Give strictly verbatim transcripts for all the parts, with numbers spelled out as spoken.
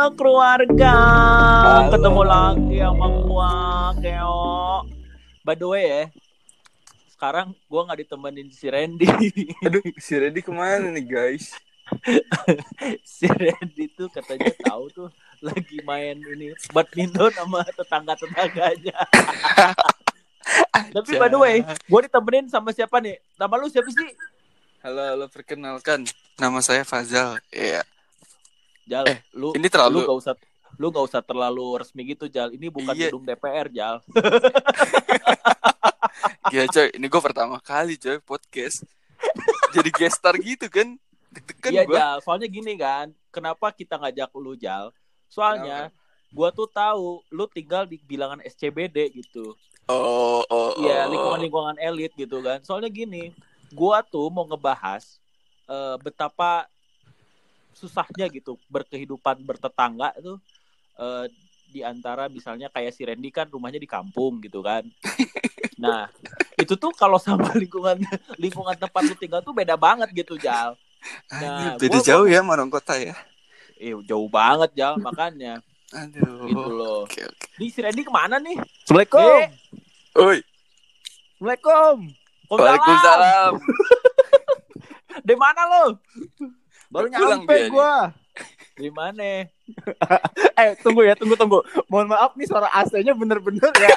keluarga. Halo. Ketemu lagi sama gua, Keo. By the way ya, sekarang gua nggak ditemenin si Randy. Aduh, si Randy kemana nih guys? Si Randy tuh katanya tahu tuh lagi main ini badminton sama tetangga-tetangganya. Tapi by the way, gua ditemenin sama siapa nih? Nama lu siapa sih? Halo, halo, perkenalkan. Nama saya Fazal. Iya. Jal, Eh, lu ini terlalu- lu gak usah lu gak usah terlalu resmi gitu, Jal. Ini bukan Iya. gedung D P R, Jal. Iya coy, ini gue pertama kali coy podcast. Jadi guest star gitu kan. Deg-degan Iya, gue. Jal. Soalnya gini kan, kenapa kita ngajak lu, Jal? Soalnya gua tuh tahu lu tinggal di bilangan S C B D gitu. Oh, oh, Iya, oh. lingkungan-lingkungan elit gitu kan. Soalnya gini, gua tuh mau ngebahas eh, betapa susahnya gitu berkehidupan bertetangga tuh eh, di antara misalnya kayak si Randy kan rumahnya di kampung gitu kan. Nah, itu tuh kalau sama lingkungan lingkungan tempat lu tinggal tuh beda banget gitu, Jal. Nah, Aduh, beda gua- jauh gua- ya Marong Kota ya. Eh, jauh banget, Jal, makanya. Aduh. Gitu loh. Oke, oke. Di si Randy kemana nih? Assalamualaikum. Nih. Oi, Assalamualaikum. Waalaikumsalam. Di mana lo? Baru Udah pulang nyampe dia nih. gua. Di mana? Eh, tunggu ya, tunggu tunggu. Mohon maaf nih suara A C-nya bener-bener ya.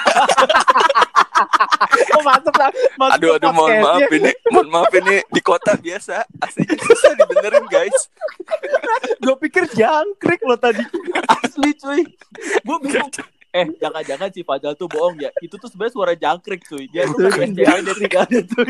Oh, masuk lah. Masuk Aduh, ke aduh, mohon podcastnya. maaf ini, mohon maaf ini di kota biasa. Aslinya susah dibenerin guys. Gua pikir jangkrik lo tadi. Asli cuy. Gue bingung. Eh, jangan-jangan si Fajal tuh bohong ya. Itu tuh sebenarnya suara jangkrik cuy. Dia tuh kan S C B D tiga ada tuh.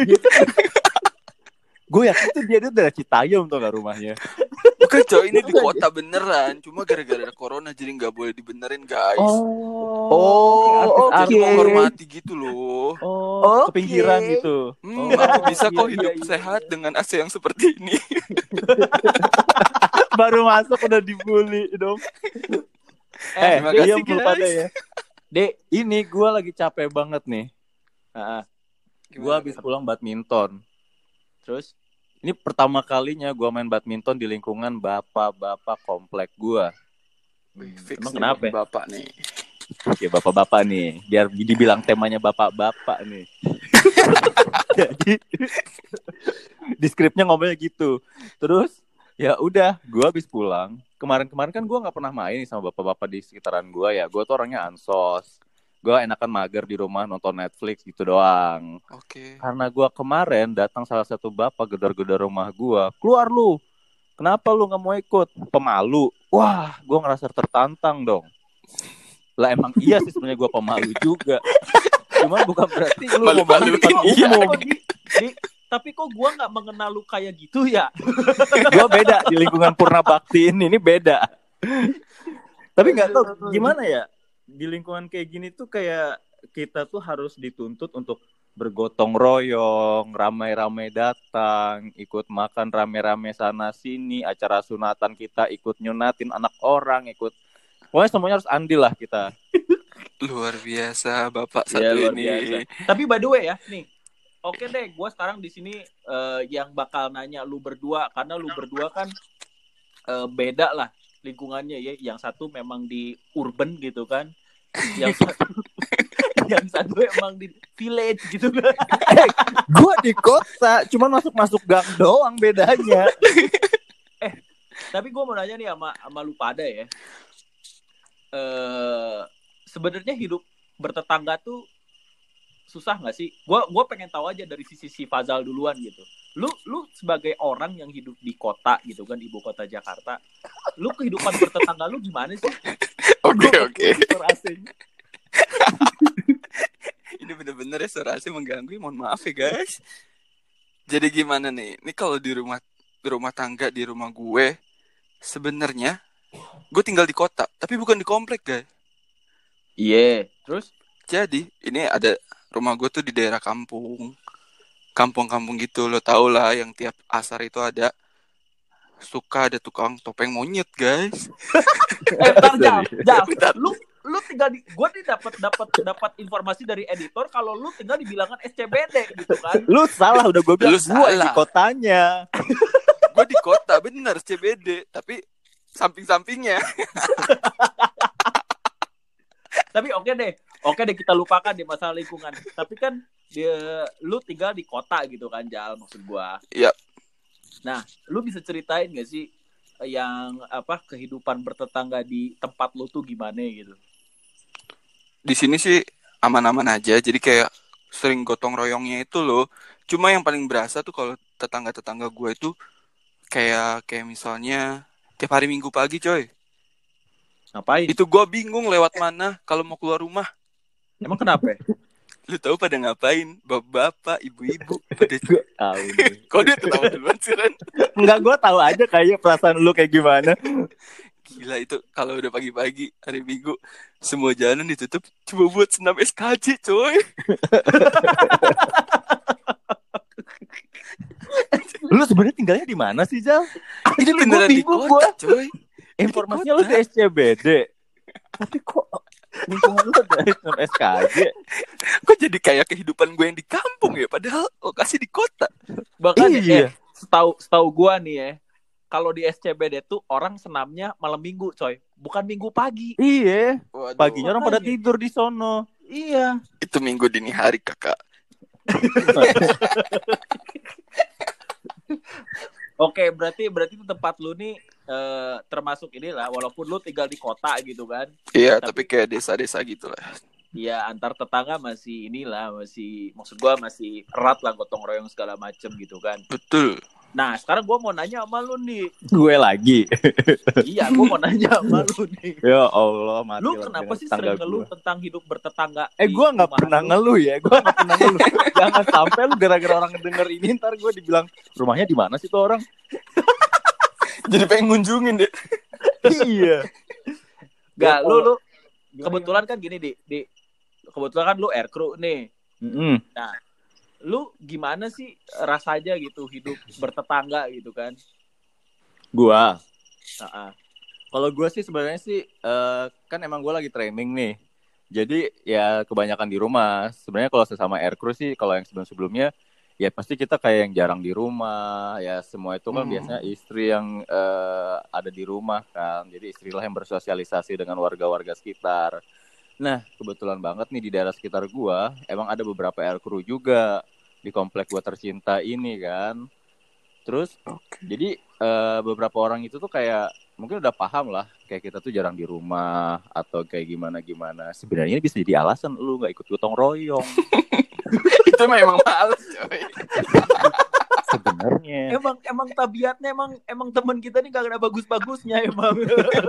Gue yakin tuh dia tuh dari Citayam tuh gak rumahnya. Bukan coy, ini di kota beneran. Cuma gara-gara corona jadi nggak boleh dibenerin guys. Oh, Jadi oke. menghormati gitu loh. Oh, Oke. kepinggiran gitu. Hmm, Oh, aku bisa iya, kok iya, hidup iya. sehat dengan A C yang seperti ini. Baru masuk udah dibully dong. Eh, terima Dek, kasih, diam lu guys. pada ya. Dek. Ini gue lagi capek banget nih. Ah, Gue habis pulang badminton. terus? Ini pertama kalinya gue main badminton di lingkungan bapak-bapak komplek gue. Fix Emang nih, kenapa ya? Bapak nih. Ya bapak-bapak nih, biar dibilang temanya bapak-bapak nih. Jadi di skripnya ngomongnya gitu. Terus ya udah, gue habis pulang. Kemarin-kemarin kan gue nggak pernah main nih sama bapak-bapak di sekitaran gue ya. Gue tuh orangnya ansos. Gue enakan mager di rumah nonton Netflix gitu doang. Oke. Karena gue kemarin datang salah satu bapak gedor-gedor rumah gue. Keluar lu. Kenapa lu nggak mau ikut? Pemalu. Wah, gue ngerasa tertantang dong. Lah emang iya sih sebenarnya gue pemalu juga. Cuma bukan berarti lu mau Malu-maluin, banget depan iya. umum. Kok di, di, tapi kok gue nggak mengenal lu kayak gitu ya? Gue beda di lingkungan Purna Bakti ini, ini beda. Tapi nggak tahu gimana ya, di lingkungan kayak gini tuh kayak kita tuh harus dituntut untuk bergotong royong, ramai-ramai datang, ikut makan rame-rame sana sini, acara sunatan kita ikut nyunatin anak orang, ikut pokoknya semuanya harus andil lah kita. Luar biasa Bapak Iya, satu luar ini. biasa. Tapi by the way ya, nih. Oke deh, gue sekarang di sini eh, yang bakal nanya lu berdua karena lu berdua kan eh, beda lah lingkungannya ya. Yang satu memang di urban gitu kan. Yang satu yang satu emang di village gitu kan. Gue di kota, cuman masuk-masuk gang doang bedanya. Tapi gue mau nanya nih sama sama lu pada ya. Eh sebenarnya hidup bertetangga tuh susah nggak sih? Gue gue pengen tahu aja dari sisi si Fazal duluan gitu. Lu lu sebagai orang yang hidup di kota gitu kan, ibu kota Jakarta, lu kehidupan bertetangga lu gimana sih? Oke, Gua oke. suara A C-nya. Ini bener-bener ya suara A C mengganggu. Mohon maaf ya guys. Jadi gimana nih? Ini kalau di rumah di rumah tangga di rumah gue, sebenarnya gue tinggal di kota, tapi bukan di komplek guys. Iya, terus Jadi ini ada rumah gue tuh di daerah kampung, kampung-kampung gitu, lo tau lah yang tiap asar itu ada suka ada tukang topeng monyet guys. eh bentar, Jal, Jal, Bentar. lu lu tinggal di gue nih dapat dapat dapat informasi dari editor kalau lu tinggal di bilangan S C B D gitu kan. Lu salah, udah gue bilang Lu gue di salah. kotanya. Gue di kota bener C B D, tapi samping-sampingnya. Tapi oke deh, oke deh kita lupakan deh masalah lingkungan. Tapi kan dia, lu tinggal di kota gitu kan, Jal, maksud gua. Iya. Nah, lu bisa ceritain gak sih yang apa kehidupan bertetangga di tempat lu tuh gimana gitu? Di sini sih aman-aman aja. Jadi kayak sering gotong royongnya itu loh. Cuma yang paling berasa tuh kalau tetangga-tetangga gue itu kayak kayak misalnya tiap hari Minggu pagi, coy. Ngapain? Itu gue bingung lewat mana kalau mau keluar rumah. Emang kenapa? Lu tahu pada ngapain? Bapak-bapak, ibu-ibu pada Tahu nih. kok dia ketawa duluan sih, Ren? Enggak, gue tahu aja kayaknya perasaan lu kayak gimana. Gila itu kalau udah pagi-pagi hari Minggu semua jalan ditutup cuma buat senam S K J, coy. Lu sebenarnya tinggalnya di mana sih, Jal? Ini Gua beneran di bingung kota, gua. coy. Informasinya lu di S C B D. Tapi kok lingkungan lu dari S K J? Kok jadi kayak kehidupan gue yang di kampung ya, padahal lokasi di kota. Bahkan Iya. eh, setahu setahu gua nih ya, kalau di S C B D tuh orang senamnya malam Minggu, coy. Bukan Minggu pagi. Iya. Waduh, Paginya orang pada makanya. tidur di sono. Iya. itu Minggu dini hari, Kakak. Oke, berarti berarti itu tempat lu nih eh, termasuk inilah, walaupun lu tinggal di kota gitu kan. Iya, Tapi- tapi kayak desa-desa gitu lah. Ya antar tetangga masih inilah, masih maksud gua masih erat lah, gotong royong segala macem gitu kan. Betul. Nah, sekarang gua mau nanya sama lu nih. Gue lagi. Iya, gua mau nanya sama lu nih. Ya Allah, mati Lu lah kenapa dengan sih tetangga sering ngeluh gua. tentang hidup bertetangga? Eh, di gue nggak rumah pernah lu? ngeluh ya. Gue nggak pernah ngeluh. Jangan sampai lu gara-gara orang denger ini ntar gue dibilang rumahnya di mana sih tuh orang? Jadi pengen ngunjungin deh. Iya. Gak, lu lu Gimana, kebetulan kan gini di di kebetulan kan lu air crew nih. Mm-mm. Lu gimana sih rasanya gitu hidup bertetangga gitu kan? Gua. Nah, Kalau gue sih sebenarnya sih eh, kan emang gue lagi training nih. Jadi ya kebanyakan di rumah. Sebenarnya kalau sesama air crew sih kalau yang sebelum-sebelumnya ya pasti kita kayak yang jarang di rumah. Ya semua itu kan Hmm. biasanya istri yang eh, ada di rumah kan. Jadi istrilah yang bersosialisasi dengan warga-warga sekitar. Nah, kebetulan banget nih di daerah sekitar gua emang ada beberapa air crew juga di komplek gua tercinta ini kan. Terus Oke. jadi eh, beberapa orang itu tuh kayak mungkin udah paham lah kayak kita tuh jarang di rumah atau kayak gimana-gimana. Sebenarnya ini bisa jadi alasan lu nggak ikut gotong royong Itu memang males, coy. sebenarnya. emang emang tabiatnya emang emang teman kita nih gak ada bagus-bagusnya emang.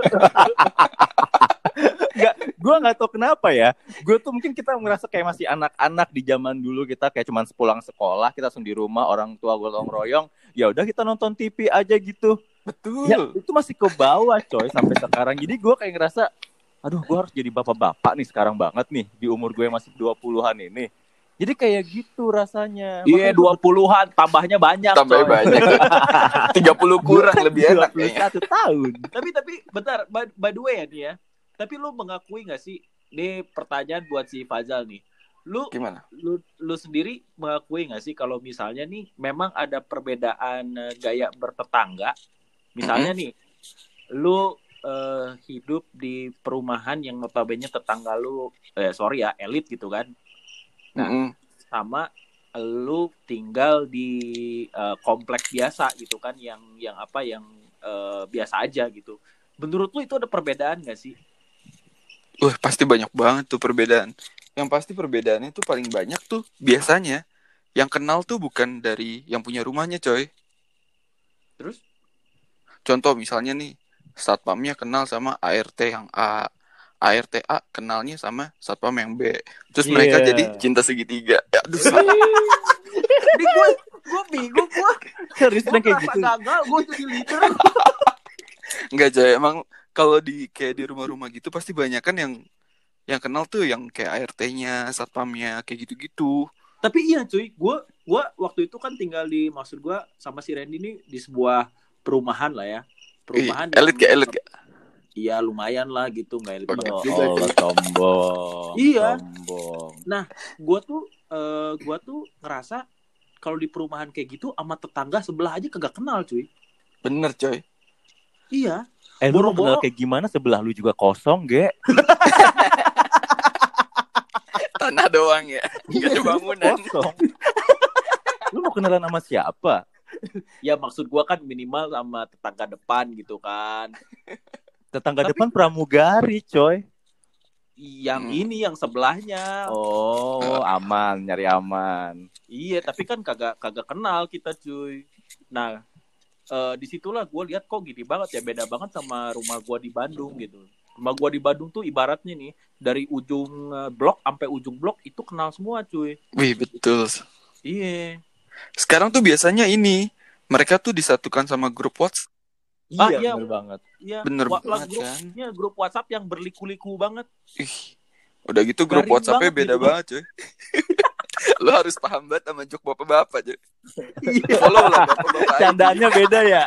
Nggak, gue nggak tahu kenapa ya. Gue tuh mungkin kita ngerasa kayak masih anak-anak di zaman dulu, kita kayak cuman sepulang sekolah kita langsung di rumah, orang tua gotong royong. Ya udah kita nonton T V aja gitu. Betul. Ya itu masih ke bawah coy sampai sekarang. Jadi gue kayak ngerasa, aduh gue harus jadi bapak-bapak nih sekarang banget nih di umur gue masih dua puluhan ini. Jadi kayak gitu rasanya. Iya, Makanya dua puluhan tambahnya banyak. Tambah coy. banyak. tiga puluh kurang lebih enak dua puluh kayaknya. satu tahun. Tapi tapi bentar, by, by the way ya nih ya. Tapi lu mengakui gak sih? Ini pertanyaan buat si Fazal nih. Lu Gimana? lu lu sendiri mengakui gak sih kalau misalnya nih memang ada perbedaan eh, gaya bertetangga? Misalnya nih, lu eh, hidup di perumahan yang notabene tetangga lu eh sorry ya, elit gitu kan. Nah, Mm-mm. sama lu tinggal di eh, kompleks biasa gitu kan, yang yang apa yang eh, biasa aja gitu. Menurut lu itu ada perbedaan gak sih? Wah, pasti banyak banget tuh perbedaan. Yang pasti perbedaannya tuh paling banyak tuh biasanya yang kenal tuh bukan dari yang punya rumahnya, coy. Terus? Contoh misalnya nih, satpamnya kenal sama A R T yang A, A R T A kenalnya sama satpam yang B. Terus mereka Iya. jadi cinta segitiga. Ya, aduh, Ini gue gue bingung, gue Serius gue kayak merasa gitu. gagal, gue jadi leader. enggak, coy. Emang kalau di kayak di rumah-rumah gitu pasti banyak kan yang yang kenal tuh yang kayak A R T-nya, satpamnya, kayak gitu-gitu. Tapi iya cuy, gue gue waktu itu kan tinggal di, maksud gue sama si Randy nih di sebuah perumahan lah ya, perumahan Ih, elit yang- gak, elit gak? Iya lumayan lah gitu, nggak elit Oke. banget Oh, juga Allah, cuy. sombong. Iya. Sombong. Gue tuh eh gue tuh ngerasa kalau di perumahan kayak gitu sama tetangga sebelah aja kagak kenal cuy. Bener, coy. Iya. Eh lu mau Boro-boro. kenal kayak gimana, sebelah lu juga kosong, Ge. Tanah doang ya. Enggak ada bangunan. Kosong. Lu mau kenalan sama siapa? Ya maksud gua kan minimal sama tetangga depan gitu kan. Tetangga Tapi- depan pramugari, coy. Yang Hmm. ini yang sebelahnya. Oh, aman, nyari aman. Iya, tapi kan kagak kagak kenal kita, cuy. Nah, eh, disitulah gue lihat kok gini banget ya, beda banget sama rumah gue di Bandung gitu. Rumah gue di Bandung tuh ibaratnya nih dari ujung eh, blok sampai ujung blok itu kenal semua, cuy. Wih, betul. Iya. Sekarang tuh biasanya ini mereka tuh disatukan sama grup WhatsApp. Ah, Iya, iya. bener banget. Iya. Bener Wa- banget, grup, kan? iya, grup WhatsApp yang berliku-liku banget. Ih, udah gitu grup Garing WhatsApp-nya banget beda gitu. banget, cuy. Lo harus paham banget sama jok bapak-bapak, cuy. Iya. Follow lah bapak-bapak. Candaannya beda ya.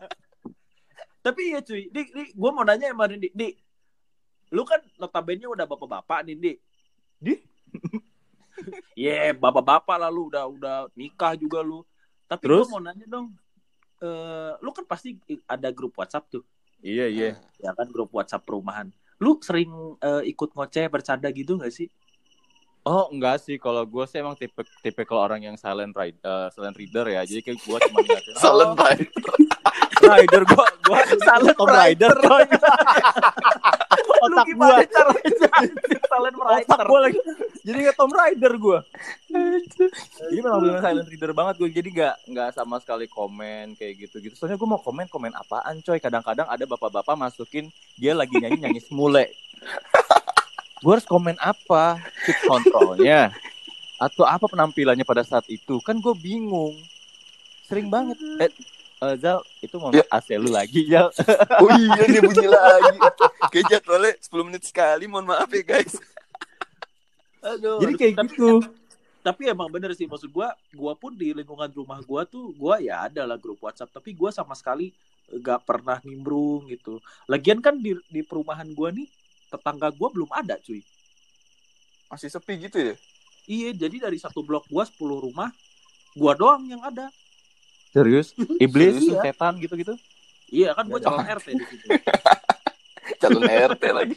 Tapi iya, cuy. Dik, dik, gue mau nanya sama Dik, Dik. Lu kan notabene udah bapak-bapak nih, Dik. Di? Iya, yeah, bapak-bapak lah lu udah udah nikah juga lu. Tapi gue Terus? mau nanya dong, eh, lu kan pasti ada grup WhatsApp tuh, Iya, iya. ya kan grup WhatsApp perumahan. Lu sering eh, ikut ngoceh bercanda gitu nggak sih? Oh, enggak sih. Kalau gue sih emang tipe tipe kalau orang yang silent ride, uh, silent reader ya. Jadi kayak gue cuma ngeliatin. Silent oh, Rider. rider gue, gue Silent Tom Rider. coy. Otak Lu gue, gimana caranya silent otak writer? gue lagi. Jadi kayak Tom Rider gue. Jadi memang benar silent reader banget gue. Jadi nggak nggak sama sekali komen kayak gitu-gitu. Soalnya gue mau komen komen apaan, coy. Kadang-kadang ada bapak-bapak masukin dia lagi nyanyi nyanyi semule. Gue harus komen apa? Chip kontrolnya atau apa penampilannya pada saat itu? Kan gue bingung. Sering banget. Eh, uh, Zal, itu mau Ya. A C lu lagi, Zal. Oh iya, dia bunyi lagi. Kayak jadwalnya sepuluh menit sekali, mohon maaf ya guys. Aduh, Jadi aduh. kayak tapi, gitu. Tapi emang bener sih, maksud gua, gua pun di lingkungan rumah gua tuh, gua ya ada lah grup WhatsApp, tapi gua sama sekali gak pernah nimbrung gitu. Lagian kan di di perumahan gua nih, tetangga gua belum ada, cuy. Masih sepi gitu ya? Iya, jadi dari satu blok gua sepuluh rumah, gua doang yang ada. Serius? Iblis, Iya. setan gitu-gitu? Iya, kan gua calon R T di situ. Calon R T lagi.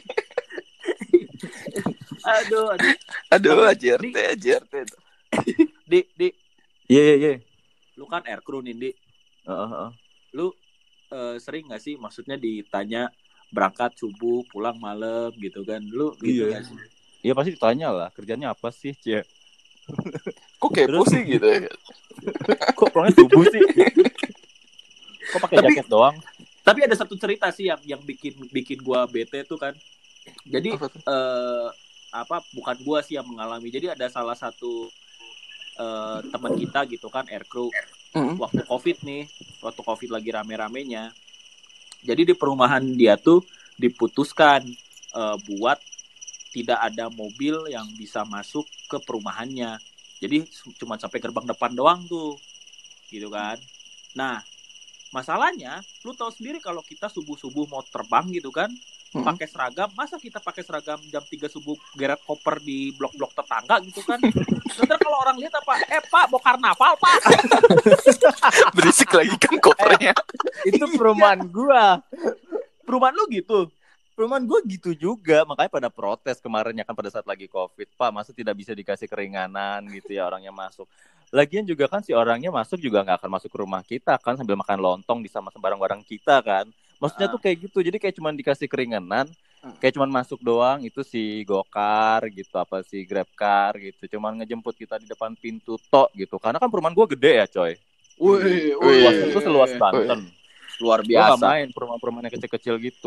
Aduh, aduh. Aduh, Tapi, J R T, J R T. Di, di, Iya, iya, iya. lu kan R crew nih, Di. Heeh, heeh. Lu eh, sering gak sih, maksudnya ditanya berangkat subuh, pulang malam gitu kan? Lu gitu Iya. gak sih? Iya pasti ditanya lah, kerjanya apa sih, Cie? Kok kepo Terus? sih gitu ya? Kok pulangnya subuh sih? Kok pakai Tapi- jaket doang? Tapi ada satu cerita sih yang yang bikin bikin gua bete tuh kan. Jadi Apa tuh? eh, apa bukan gua sih yang mengalami. Jadi ada salah satu eh, teman kita gitu kan, air crew, Mm. waktu Covid nih, waktu Covid lagi rame-ramenya. Jadi di perumahan dia tuh diputuskan eh, buat tidak ada mobil yang bisa masuk ke perumahannya. Jadi cuma sampai gerbang depan doang tuh. Gitu kan. Nah, masalahnya lu tahu sendiri kalau kita subuh-subuh mau terbang gitu kan, Mm. pakai seragam, masa kita pakai seragam jam tiga subuh geret koper di blok-blok tetangga gitu kan. Nanti kalau orang lihat apa, eh Pak mau karnaval Pak. Berisik lagi kan kopernya. Itu perumahan gua. Perumahan lu gitu. Perumahan gua gitu juga, makanya pada protes kemarin ya kan pada saat lagi Covid. Pak, masa tidak bisa dikasih keringanan gitu ya orangnya masuk. Lagian juga kan si orangnya masuk juga nggak akan masuk ke rumah kita kan sambil makan lontong di sama barang-barang kita kan. Maksudnya Ah. tuh kayak gitu. Jadi kayak cuman dikasih keringanan, Hmm. kayak cuman masuk doang itu si Gokar gitu apa si Grabcar gitu. Cuman ngejemput kita di depan pintu tok gitu. Karena kan perumahan gua gede ya, coy. Wih, Wih. Luasnya tuh seluas Banten. luar Gua nggak biasa. main perumahan-perumahan yang kecil-kecil gitu.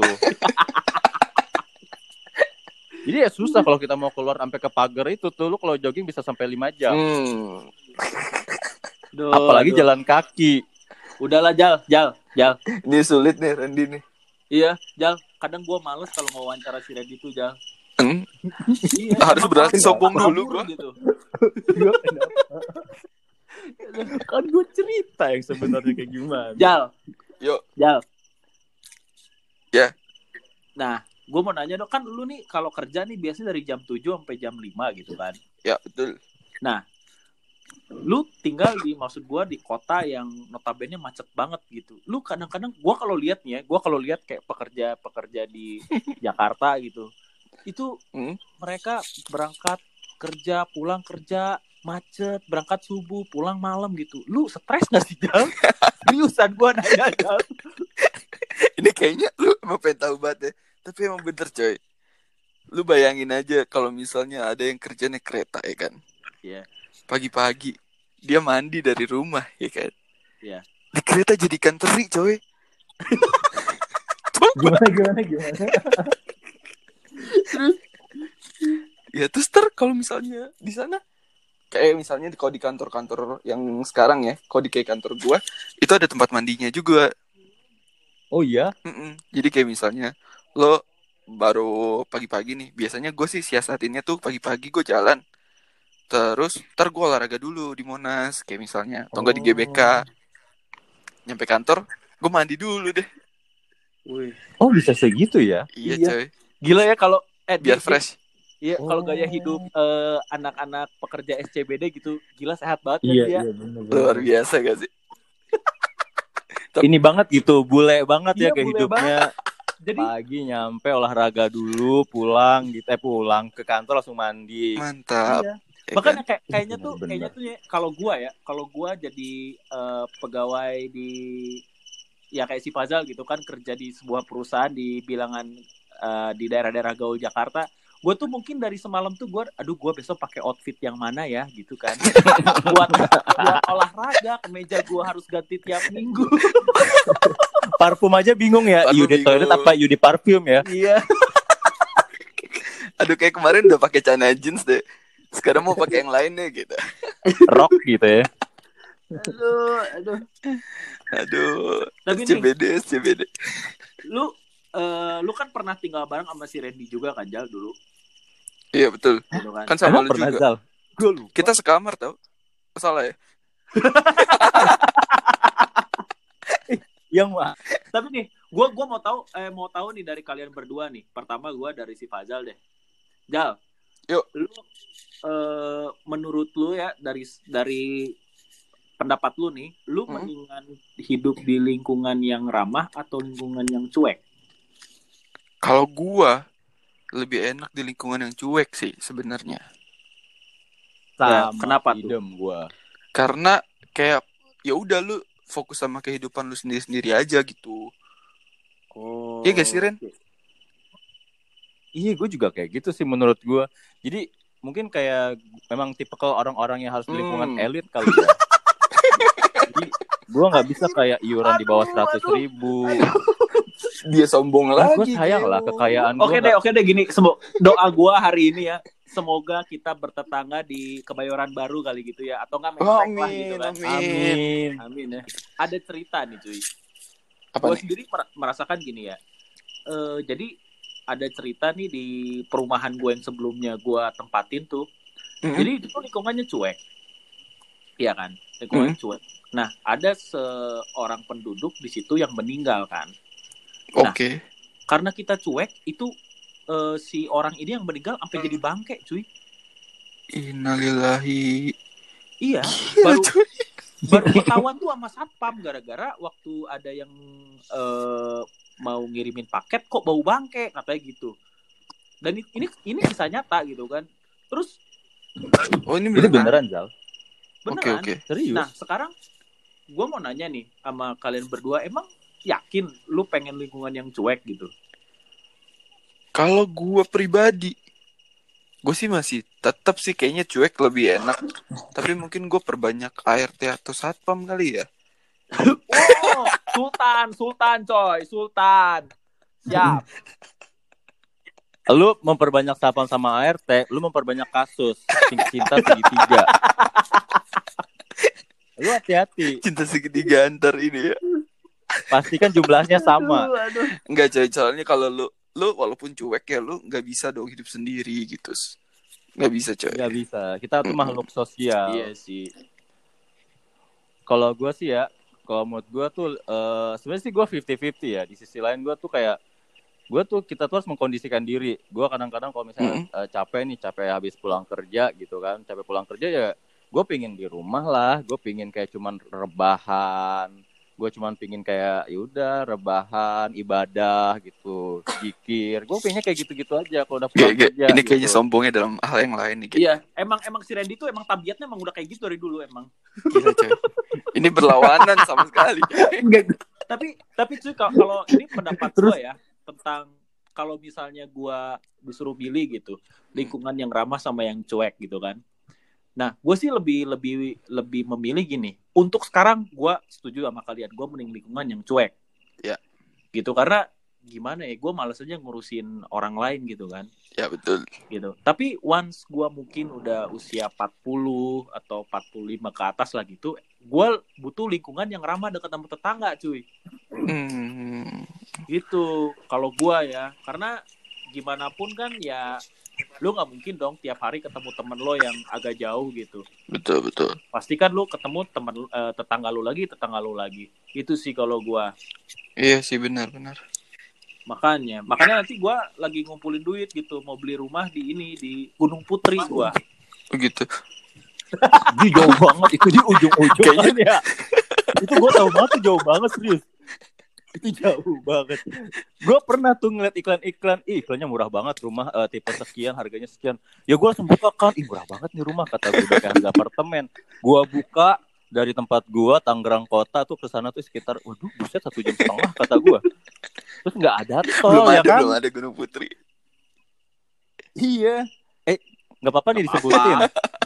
Jadi ya susah kalau kita mau keluar sampai ke pagar itu tuh lu kalau jogging bisa sampai lima jam. Hmm. Duh, Apalagi aduh. jalan kaki. Udahlah Jal, Jal, Jal. Ini sulit nih Randy nih. Iya, Jal. Kadang gua males kalau mau wawancara si Randy tuh, Jal. Hmm? Iya, Harus emang berarti males. sombong Kabur dulu gua. gitu. Kan gue cerita yang sebenarnya kayak gimana. Jal, Yuk. Jal. Ya. Nah, gue mau nanya dong, kan lu nih kalau kerja nih biasanya dari jam tujuh sampai jam lima gitu kan. Ya, betul. lu tinggal di maksud gua di kota yang notabene macet banget gitu. Lu kadang-kadang gua kalau lihat nih ya, gua kalau lihat kayak pekerja-pekerja di Jakarta gitu. Itu Hmm? mereka berangkat kerja, pulang kerja, macet, berangkat subuh, pulang malam gitu. Lu stres gak sih, Jal? Seriusan gua nanya, Jal. Ini kayaknya lu emang pengen tahu banget ya. Tapi emang bener coy. Lu bayangin aja kalau misalnya ada yang kerja naik kereta ya kan. Iya. Pagi-pagi dia mandi dari rumah ya kan. Iya. Di kereta jadi ikan teri coy. Gimana gimana gimana? Terus ya terus ter kalau misalnya di sana kayak misalnya kalau di kantor-kantor yang sekarang ya, kalau di kayak kantor gua itu ada tempat mandinya juga. Oh iya? Mm-mm. Jadi kayak misalnya lo baru pagi-pagi nih, biasanya gue sih siasatinnya tuh pagi-pagi gue jalan, terus ntar gue olahraga dulu di Monas, kayak misalnya, atau enggak di G B K, nyampe kantor, gue mandi dulu deh. Wih. Oh bisa segitu ya? Iya, Iya. coy, Gila ya kalau eh biar di- fresh. Iya, Oh. kalau gaya hidup eh, anak-anak pekerja S C B D gitu, gila sehat banget kan Iya dia. iya benar. Luar biasa gak sih? Ini banget gitu, bule banget ya Iya, kayak bule hidupnya. Jadi Pagi nyampe olahraga dulu, pulang gitu, eh pulang ke kantor langsung mandi. Mantap. iya. Ya Makanya kan? kayak kayaknya tuh Bener-bener. kayaknya tuh ya kalau gua ya, kalau gua jadi eh, pegawai di ya kayak si Fazal gitu kan kerja di sebuah perusahaan di bilangan eh, di daerah-daerah gaul Jakarta. Gue tuh mungkin dari semalam tuh gue, aduh gue besok pakai outfit yang mana ya gitu kan. buat buat olahraga, kemeja gue harus ganti tiap minggu. Parfum aja bingung ya, Parfum you di toilet bingung. apa you di parfum ya? Iya. Aduh, kayak kemarin udah pakai celana jeans deh. Sekarang mau pakai yang lain deh gitu. Rock gitu ya. Aduh, aduh. Aduh, Tapi S C B D, S C B D. Lu eh, lu kan pernah tinggal bareng sama si Randy juga kan Jal dulu, Iya betul. gitu kan? Kan sama Emang lu pernah juga. Zal? Gue lupa. Kita sekamar tau. Salah ya? Yang mah. Tapi nih, gue gua mau tahu eh mau tahu nih dari kalian berdua nih. Pertama gue dari si Fazal deh. Jal, Yuk. lu eh, menurut lu ya dari dari pendapat lu nih, lu Hmm. mendingan hidup di lingkungan yang ramah atau lingkungan yang cuek? Kalau gua lebih enak di lingkungan yang cuek sih sebenarnya. Ya, Sama kenapa tuh? idem gua. Karena kayak ya udah lu fokus sama kehidupan lu sendiri-sendiri aja gitu. Oh. Iya gak sih, Ren? Iya, gue juga kayak gitu sih menurut gue. Jadi mungkin kayak memang tipikal orang-orang yang harus di lingkungan Hmm. elit kali ya. Jadi gue nggak bisa kayak iuran di bawah Aduh, seratus aduh. ribu. Dia sombong Gue lagi. sayang lah Gio. kekayaan gue. Oke deh, oke deh gini. Semo- doa gue hari ini ya, semoga kita bertetangga di Kebayoran Baru kali gitu ya, atau nggak Oh, Menteng lah gitu amin, kan. amin. Amin. Amin ya. Ada cerita nih cuy. Apa Gue nih? sendiri mer- merasakan gini ya. Eh, jadi ada cerita nih di perumahan gue yang sebelumnya gue tempatin tuh. Mm-mm. Jadi itu lingkungannya cuek. Iya kan? Lingkungan Mm. cuek. Nah, ada seorang penduduk di situ yang meninggal kan. Nah, Oke. karena kita cuek, itu eh, si orang ini yang meninggal sampai jadi bangke, cuy. Innalillahi. Iya, Gila, baru cuy. baru ketahuan tuh sama satpam gara-gara waktu ada yang eh, mau ngirimin paket kok bau bangke katanya gitu. Dan i- ini ini kisah nyata gitu kan. Terus Oh, ini Ini beneran. beneran Zal? Oke, beneran. oke. Serius? Nah, sekarang gue mau nanya nih sama kalian berdua, emang yakin lu pengen lingkungan yang cuek gitu? Kalau gua pribadi, gue sih masih tetap sih kayaknya cuek lebih enak. Tapi mungkin gue perbanyak A R T atau satpam kali ya. Oh, Sultan, Sultan coy, Sultan. Siap. Lu memperbanyak sapam sama A R T, lu memperbanyak kasus cinta segitiga. Lu hati-hati, Cinta segitiga antar ini ya. pastikan jumlahnya sama. Aduh, aduh. Enggak coy, soalnya kalau lu lu walaupun cuek ya lu nggak bisa dong hidup sendiri gitu. Nggak bisa coy. Nggak bisa, kita tuh makhluk sosial. Iya sih. Kalau gue sih ya, kalau menurut gue tuh eh, sebenarnya sih gue fifty fifty ya. Di sisi lain gue tuh kayak gue tuh kita tuh harus mengkondisikan diri. Gue kadang-kadang kalau misalnya Mm-mm. eh, capek nih, capek habis pulang kerja gitu kan, capek pulang kerja ya gue pingin di rumah lah, gue pingin kayak cuman rebahan, gue cuman pingin kayak yaudah rebahan, ibadah gitu, zikir, gue pengennya kayak gitu-gitu aja kalau udah pulang Kayak- kerja. ini gitu. kayaknya sombongnya dalam hal yang lain nih. Iya, emang emang si Randy tuh emang tabiatnya emang udah kayak gitu dari dulu emang. Gila, coy. Ini berlawanan sama sekali. Enggak. Tapi tapi cuy kalau- kalau ini pendapat gue ya tentang kalau misalnya gue disuruh pilih gitu lingkungan yang ramah sama yang cuek gitu kan. Nah, gue sih lebih lebih lebih memilih gini. Untuk sekarang gue setuju sama kalian. Gue mending lingkungan yang cuek. Ya. Gitu karena gimana ya? Gue malas aja ngurusin orang lain gitu kan. Ya betul. Gitu. Tapi once gue mungkin udah usia empat puluh atau empat puluh lima ke atas lah gitu, gue butuh lingkungan yang ramah dekat sama tetangga, cuy. Hmm. Gitu. Kalau gue ya, karena gimana pun kan ya lu nggak mungkin dong tiap hari ketemu temen lo yang agak jauh gitu. Betul betul. Pasti kan lu ketemu temen eh, tetangga lu lagi, tetangga lu lagi. Itu sih kalau gua. Iya sih benar benar. Makanya, makanya nanti gua lagi ngumpulin duit gitu, mau beli rumah di ini di Gunung Putri gua. Begitu. Di jauh banget itu di ujung-ujung Kayaknya- kan ya. Itu gue tahu banget tuh jauh banget serius. Itu jauh banget. Gue pernah tuh ngeliat iklan-iklan, ih iklannya murah banget rumah eh, tipe sekian harganya sekian. Ya gue langsung buka kan, ih murah banget nih rumah kata gue udah kayak harga apartemen. Gue buka dari tempat gue Tangerang kota tuh ke sana tuh sekitar, waduh buset satu jam setengah kata gue. Terus nggak ada tol belum ya ada kan? belum ada Gunung Putri. Iya. Eh nggak apa-apa nih disebutin.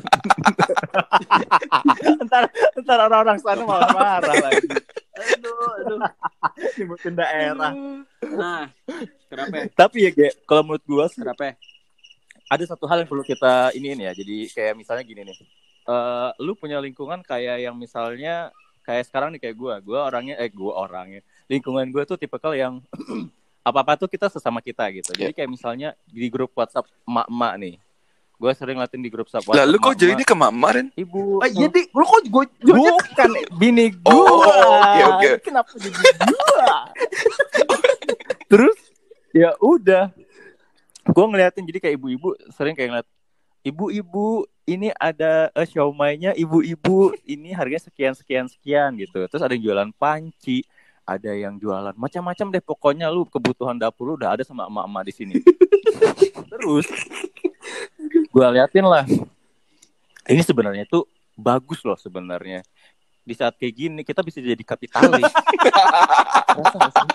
ntar ntar orang-orang sana malah marah lagi. Aduh, aduh. Nyebutin daerah. Nah, kenapa? Tapi ya Ge, kalau menurut gue sih Kenapa? ada satu hal yang perlu kita iniin ya. Jadi kayak misalnya gini nih. Eh lu punya lingkungan kayak yang misalnya kayak sekarang nih kayak gue. Gue orangnya eh gue orangnya. Lingkungan gue tuh tipikal yang apa-apa tuh kita sesama kita gitu. Jadi kayak misalnya di grup WhatsApp emak-emak nih. Gue sering ngeliatin di grup WhatsApp. Lah lu kok emak-emak. joinnya ke Mama Ren? Ibu. Ah, iya, Dik. Lu kok gue Bukan bini gua. Oh, oke, oke. Kenapa jadi gua? Terus ya udah. Gue ngeliatin jadi kayak ibu-ibu sering kayak ngeliat ibu-ibu ini ada uh, siomainya ibu-ibu ini harganya sekian sekian sekian gitu. Terus ada yang jualan panci, ada yang jualan macam-macam deh pokoknya lu kebutuhan dapur lu udah ada sama emak-emak di sini. Terus gue liatin lah. Ini sebenarnya tuh bagus loh sebenarnya. Di saat kayak gini kita bisa jadi kapitalis. Rasa gak sih?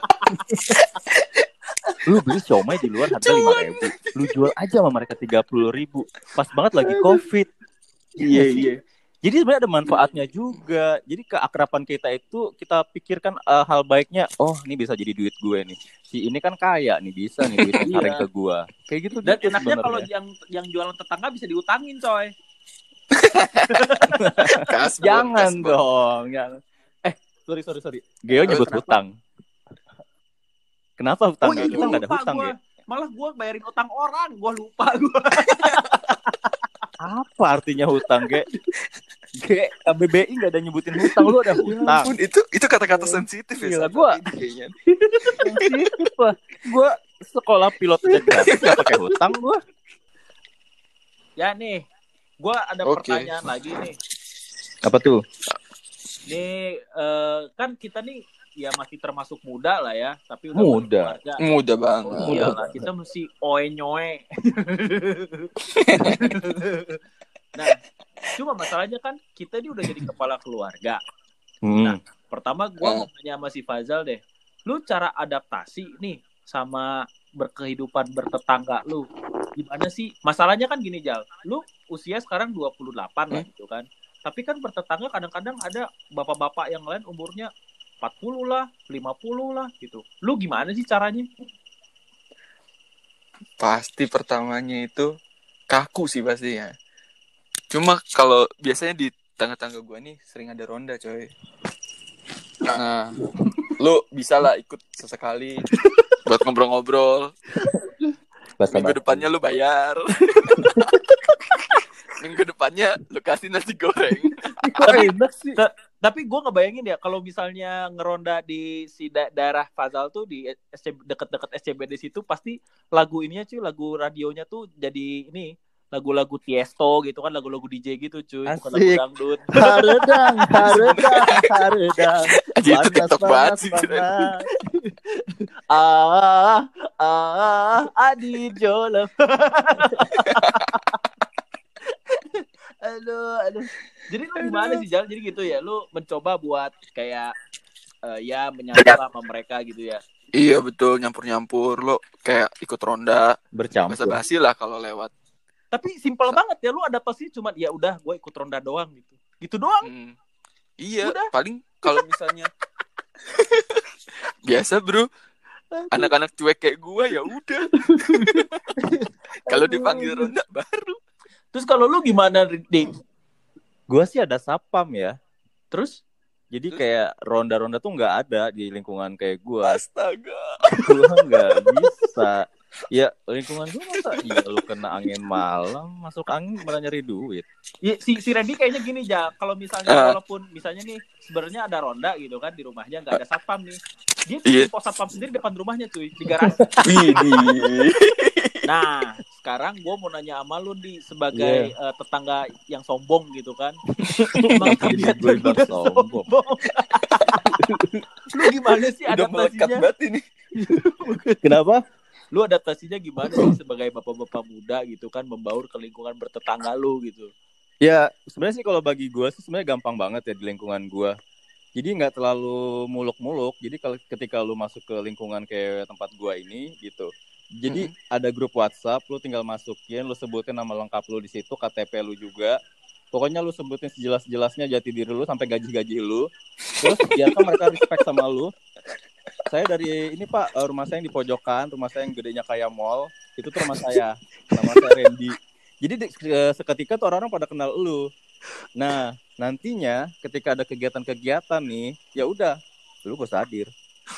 Lu beli siomay di luar harga lima ribu, lu jual aja sama mereka tiga puluh ribu. Pas banget lagi Covid. Iya iya. Jadi sebenarnya ada manfaatnya juga. Jadi keakraban kita itu kita pikirkan uh, hal baiknya. Oh, ini bisa jadi duit gue nih. Si ini kan kaya nih, bisa nih duitnya Iya. saring ke gue. Kayak gitu. Dan gitu enaknya kalau sebenarnya. yang yang jualan tetangga bisa diutangin, coy. Kasbon, Jangan kasbon. dong. Jangan. Eh, sorry sorry sorry. Geo nyebut kenapa? hutang. Kenapa hutang? iya, Kita nggak ada lupa hutang gua. ya. Malah gue bayarin utang orang, gue lupa gue. Apa artinya hutang, Ge? Ge, K B B I nggak ada nyebutin hutang, lu ada Ya hutang. ampun, itu itu kata-kata sensitif ya. Gila, saat gua- ini kayaknya. Sensitif lah. Gue sekolah pilot aja gratis nggak pakai hutang gue. Ya nih, gue ada Oke. pertanyaan lagi nih. Apa tuh? Nih eh, kan kita nih ya masih termasuk muda lah ya, tapi udah Muda. berkeluarga. Mudah banget. Oh, iyalah, kita mesti oe-nyoe. Nah, cuma masalahnya kan kita ini udah jadi kepala keluarga. Hmm. Pertama gue Hmm. mau tanya sama si Fazal deh. Lu cara adaptasi nih sama berkehidupan bertetangga lu gimana sih? Masalahnya kan gini, Jal. Lu usia sekarang dua puluh delapan lah gitu kan. Tapi kan bertetangga kadang-kadang ada bapak-bapak yang lain umurnya empat puluh lah, lima puluh lah gitu. Lu gimana sih caranya? Pasti pertamanya itu kaku sih pastinya. Cuma kalau biasanya di tangga-tangga gua nih sering ada ronda, coy. Nah, lu bisa lah ikut sesekali buat ngobrol-ngobrol. Minggu depannya lu bayar. Minggu depannya lu kasih nasi goreng. enak sih. Tapi gue ngebayangin ya kalau misalnya ngeronda di si da- daerah Fazal tuh di S C B, deket-deket S C B D situ pasti lagu ininya cuy, lagu radionya tuh jadi ini lagu-lagu Tiesto gitu kan, lagu-lagu D J gitu cuy, bukan lagu Asik. dangdut. Haredang, haredang, haredang. Aja itu TikTok banget sih. Ah, ah, Adi Jolam. Aduh, aduh. Jadi lu gimana sih Jal? Jadi gitu ya, lu mencoba buat kayak uh, ya menyapa sama mereka gitu ya. Iya betul, nyampur-nyampur lo kayak ikut ronda, Bercampur. basa-basi lah kalau lewat. Tapi simpel banget ya, lu adaptasi cuma ya udah gue ikut ronda doang gitu. Gitu doang. Hmm. Iya, Udah. paling kalau misalnya biasa bro, anak-anak cuek kayak gua ya udah. Kalau dipanggil ronda baru. Terus kalau lu gimana, Dik? Gua sih ada sapam ya. Terus? Jadi kayak ronda-ronda tuh nggak ada di lingkungan kayak gua. Astaga. Gua nggak bisa. Ya lingkungan gua masa iya lu kena angin malam, masuk angin malah nyari duit. Ya, si si Randy kayaknya gini ja, kalau misalnya Uh. walaupun misalnya nih sebenarnya ada ronda gitu kan di rumahnya nggak ada satpam nih, dia Iya. bikin pos satpam sendiri depan rumahnya cuy di garasi. Widih. Nah sekarang gue mau nanya sama lu nih sebagai Yeah. uh, tetangga yang sombong gitu kan. Jadi gue bilang sombong. Lu gimana sih Udah melekat adaptasinya? banget ini. Kenapa? Lu adaptasinya gimana sih sebagai bapak-bapak muda gitu kan membaur ke lingkungan bertetangga lu gitu? Ya sebenarnya sih kalau bagi gue sih sebenarnya gampang banget ya di lingkungan gue. Jadi nggak terlalu muluk-muluk. Jadi kalau ketika lu masuk ke lingkungan kayak tempat gue ini gitu. Jadi mm-hmm. ada grup WhatsApp, lu tinggal masukin, lu sebutin nama lengkap lu di situ, K T P lu juga. Pokoknya lu sebutin sejelas-jelasnya jati diri lu sampai gaji-gaji lu. Terus biarkan mereka respect sama lu. Saya dari ini Pak, rumah saya yang di pojokan, rumah saya yang gedenya kayak mall, itu tuh rumah saya. Nama saya Randy. Jadi seketika tuh orang-orang pada kenal lu. Nah, nantinya ketika ada kegiatan-kegiatan nih, ya udah, lu gak usah hadir.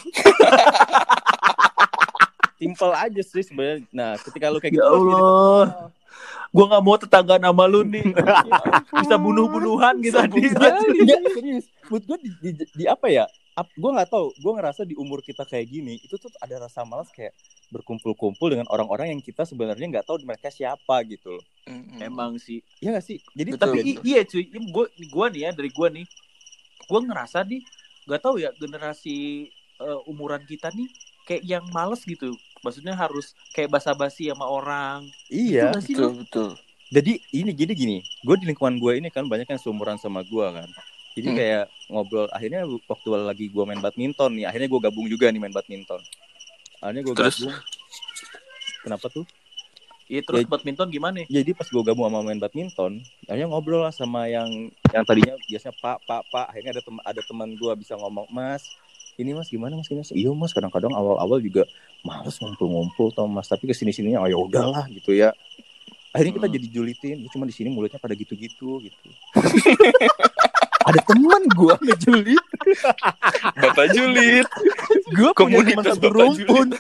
Simple aja sih sebenarnya. Nah, ketika lu kayak gitu, ya Allah, gue nggak mau tetangga nama lu nih. Bisa bunuh-bunuhan gitu. Iya, serius. Menurut gue di, di, di apa ya? Gue nggak tahu. Gue ngerasa di umur kita kayak gini, itu tuh ada rasa malas kayak berkumpul-kumpul dengan orang-orang yang kita sebenarnya nggak tahu mereka siapa gitu loh. Mm-hmm. Emang sih. Iya nggak sih? Jadi betul, tapi betul. Iya cuy, gue gue nih ya dari gue nih, gue ngerasa nih, nggak tahu ya generasi uh, umuran kita nih kayak yang malas gitu. Maksudnya harus kayak basa-basi sama orang. Iya, gitu betul, betul. Jadi ini jadi gini, gue di lingkungan gue ini kan banyak yang seumuran sama gue kan. Jadi hmm. kayak ngobrol, akhirnya waktu lagi gue main badminton nih, akhirnya gue gabung juga nih main badminton. Akhirnya gue gabung. Kenapa tuh? Iya terus ya, badminton gimana? Jadi pas gue gabung sama main badminton, akhirnya ngobrol lah sama yang yang tadinya biasanya pak, pak, pak. Akhirnya ada tem- ada teman gue bisa ngomong, Mas, ini Mas gimana Mas? Gimana? Iya Mas, kadang-kadang awal-awal juga males ngumpul-ngumpul tau Mas, tapi kesini-sininya oh ya udahlah gitu ya. Akhirnya kita hmm. jadi julitin, cuma di sini mulutnya pada gitu-gitu gitu. Ada teman gue ngejulit. Bapak julit. Gue punya teman satu rumpun.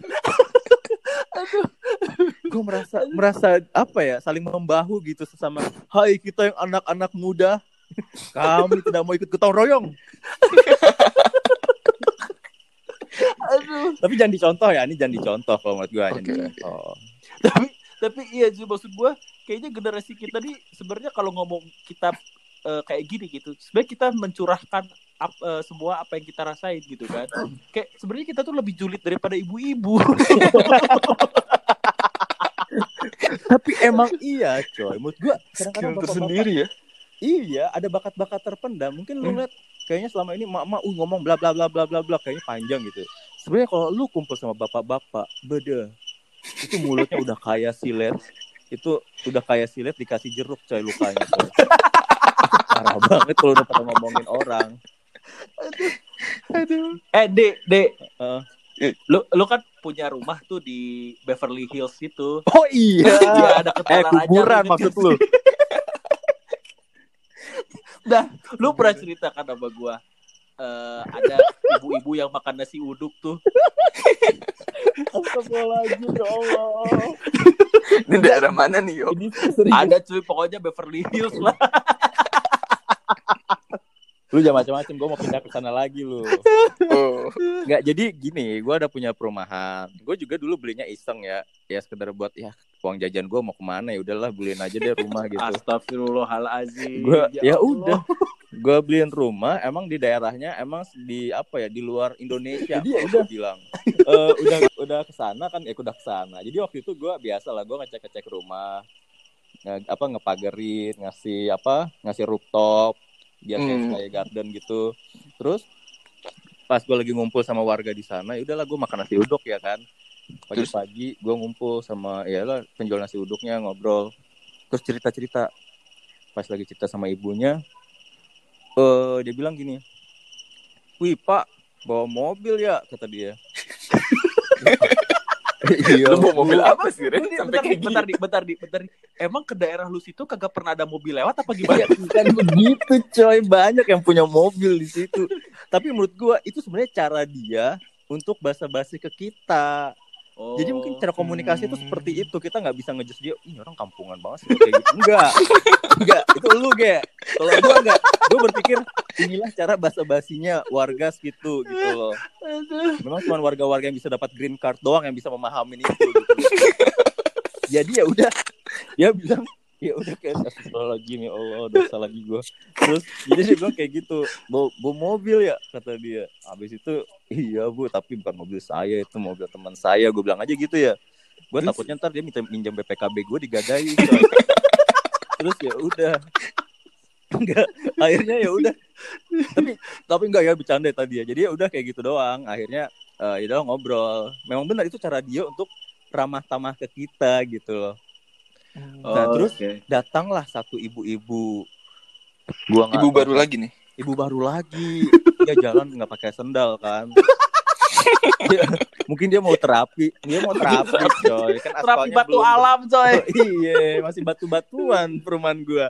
Aduh. Gue merasa merasa apa ya, saling membahu gitu sesama. Hai kita yang anak-anak muda, kami tidak mau ikut gotong royong. Aduh. Tapi jangan dicontoh ya, ini jangan dicontoh kalau menurut gue. Okay. Jangan dicontoh. Tapi tapi iya sih maksud gue, kayaknya generasi kita nih sebenarnya kalau ngomong kita uh, kayak gini gitu, sebenarnya kita mencurahkan ap, uh, semua apa yang kita rasain gitu kan. Kayak sebenarnya kita tuh lebih julid daripada ibu-ibu. Tapi emang iya coy, menurut gue kadang-kadang tersendiri ya. Iya, ada bakat-bakat terpendam. Mungkin lu lihat kayaknya selama ini mak-mak uh, ngomong bla bla bla bla bla bla kayaknya panjang gitu. Sebenarnya kalau lu kumpul sama bapak-bapak, beda. Itu mulutnya udah kayak silet. Itu udah kayak silet dikasih jeruk coy lukanya coy. Parah banget kalau udah pernah ngomongin orang. Aduh. Aduh. Eh, Dek, Dek. Uh. Lu lu kan punya rumah tuh di Beverly Hills gitu. Oh iya. Iya, ada eh kuburan maksud lu. Dah, lu pernah ceritakan sama gua uh, ada ibu-ibu yang makan nasi uduk tuh. Astagfirullahaladzim, ya Allah. Ini daerah mana nih, Yo? Ada cuy, pokoknya Beverly Hills lah. Lu jangan macam-macam, gue mau pindah ke sana lagi lu. Oh. Nggak, jadi gini, gue ada punya perumahan. Gue juga dulu belinya iseng ya, ya sekedar buat ya uang jajan gue mau kemana ya udahlah beliin aja deh rumah gitu. Astagfirullahalazim. Gue ya, Ya Allah. udah, gue beliin rumah emang di daerahnya emang di apa ya di luar Indonesia. Jadi ya udah bilang, "Eh, udah udah kesana kan, ya udah kesana. Jadi waktu itu gue biasa lah, gue ngecek-ngecek rumah, nge- apa ngepagerin, ngasih apa ngasih rooftop biar kayak Hmm. sky garden gitu. Terus pas gue lagi ngumpul sama warga di sana, ya udahlah gue makan nasi uduk ya kan. Pagi-pagi gue ngumpul sama ya lah penjual nasi uduknya, ngobrol. Terus cerita-cerita. Pas lagi cerita sama ibunya, eh dia bilang gini, "Wih Pak, bawa mobil ya?" kata dia. Iya. Lu bawa mobil Emang- apa sih, Ren? Bentar, Sampai bentar, kayak nih, bentar, gitu. nih, bentar, nih, bentar, nih. Emang ke daerah lu situ kagak pernah ada mobil lewat apa gimana? Iya, bukan begitu coy, banyak yang punya mobil di situ. Tapi menurut gua itu sebenarnya cara dia untuk basa-basi ke kita. Oh. Jadi mungkin cara komunikasi itu Hmm. seperti itu. Kita nggak bisa ngejudge dia, ini orang kampungan banget sih kayak gitu. Enggak, enggak. Itu lu Ge. Kalau gua enggak, gua berpikir inilah cara basa-basinya warga segitu gitu loh. Memang cuma warga-warga yang bisa dapat green card doang yang bisa memahami itu. Gitu. Jadi ya udah, dia bilang ya udah kayak astagfirullahaladzim ya Allah dosa lagi gue. Terus jadi dia bilang kayak gitu, bawa, bawa mobil ya kata dia. Habis itu iya bu, tapi bukan mobil saya, itu mobil teman saya. Gue bilang aja gitu ya. Gue Terus? takutnya ntar dia minta minjam B P K B gue digadai. Coy. Terus ya udah, enggak, akhirnya ya udah. Tapi tapi enggak ya bercanda tadi ya. Jadi ya udah kayak gitu doang. Akhirnya uh, ya udah ngobrol. Memang benar itu cara dia untuk ramah tamah ke kita gitu loh. Nah, Oh, terus oke. datanglah satu ibu-ibu. Gua nggak Ibu tahu baru kan. lagi nih. Ibu baru lagi. Dia jalan nggak pakai sendal kan. Dia- mungkin dia mau terapi. Dia mau terapi, coy. Kan Terapi aspalnya batu belum. alam, coy. Oh, iya, masih batu-batuan perumahan gua.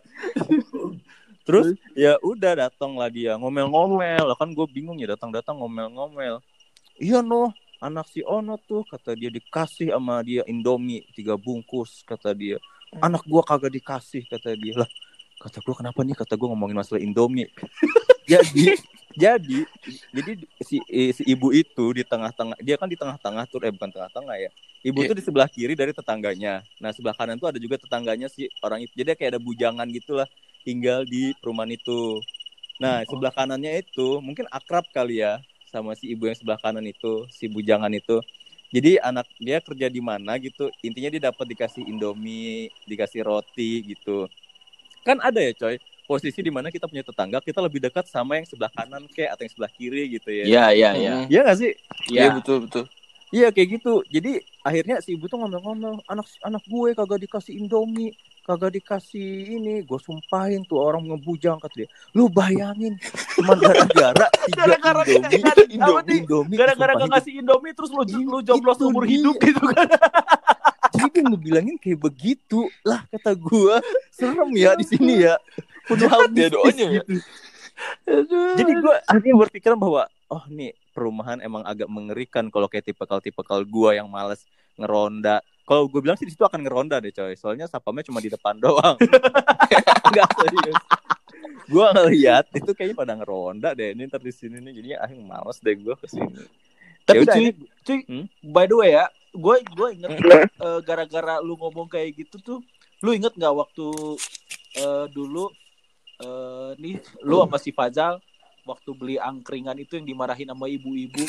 Terus ya udah datanglah dia ngomel-ngomel. Lah kan gue bingung ya, datang-datang ngomel-ngomel. Iya noh, anak si Ono tuh kata dia dikasih sama dia Indomie tiga bungkus kata dia. Anak gua kagak dikasih kata dia. Lah kata gua kenapa nih, kata gua ngomongin masalah Indomie. jadi jadi jadi si si ibu itu di tengah-tengah, dia kan di tengah-tengah tuh, eh bukan tengah-tengah ya. Ibu Iya. tuh di sebelah kiri dari tetangganya. Nah, sebelah kanan tuh ada juga tetangganya si orang itu. Jadi kayak ada bujangan gitulah tinggal di perumahan itu. Nah, sebelah kanannya itu mungkin akrab kali ya sama si ibu yang sebelah kanan itu, si bujangan itu. Jadi anak dia kerja di mana gitu, intinya dia dapat dikasih Indomie, dikasih roti gitu. Kan ada ya coy, posisi di mana kita punya tetangga, kita lebih dekat sama yang sebelah kanan kayak atau yang sebelah kiri gitu ya. Iya, iya, iya. Hmm. Iya nggak sih? Iya, Iya. betul betul. Iya kayak gitu. Jadi akhirnya si ibu tuh ngomel-ngomel, anak anak gue kagak dikasih Indomie, kagak dikasih ini, gue sumpahin tuh orang ngebujang kata dia. Lu bayangin, cuma gara-gara tiga Gara-gara Indomie, gara- apa Indomie, nih? Indomie, Gara-gara gak disumpahin. ngasih Indomie terus lu, Itu lu joblos seumur dia. hidup gitu kan. Jadi dia ngebilangin kayak begitu lah, kata gue serem ya di sini ya, penuh hal Dia mistis doanya ya. gitu. Jadi gue akhirnya berpikiran bahwa oh nih perumahan emang agak mengerikan kalau kayak tipikal-tipikal gue yang malas ngeronda. Kalau gue bilang sih di situ akan ngeronda deh coy, soalnya sapamnya cuma di depan doang. Enggak serius. Gue ngeliat itu kayaknya pada ngeronda deh ini ntar di sini nih, jadinya akhirnya malas deh gue kesini. Tapi Yaudah, cuy, ini- cuy, Hmm? by the way ya, gue gue inget eh, gara-gara lu ngomong kayak gitu tuh, lu inget nggak waktu eh, dulu eh, nih lu sama si Fazal waktu beli angkringan itu yang dimarahin sama ibu-ibu.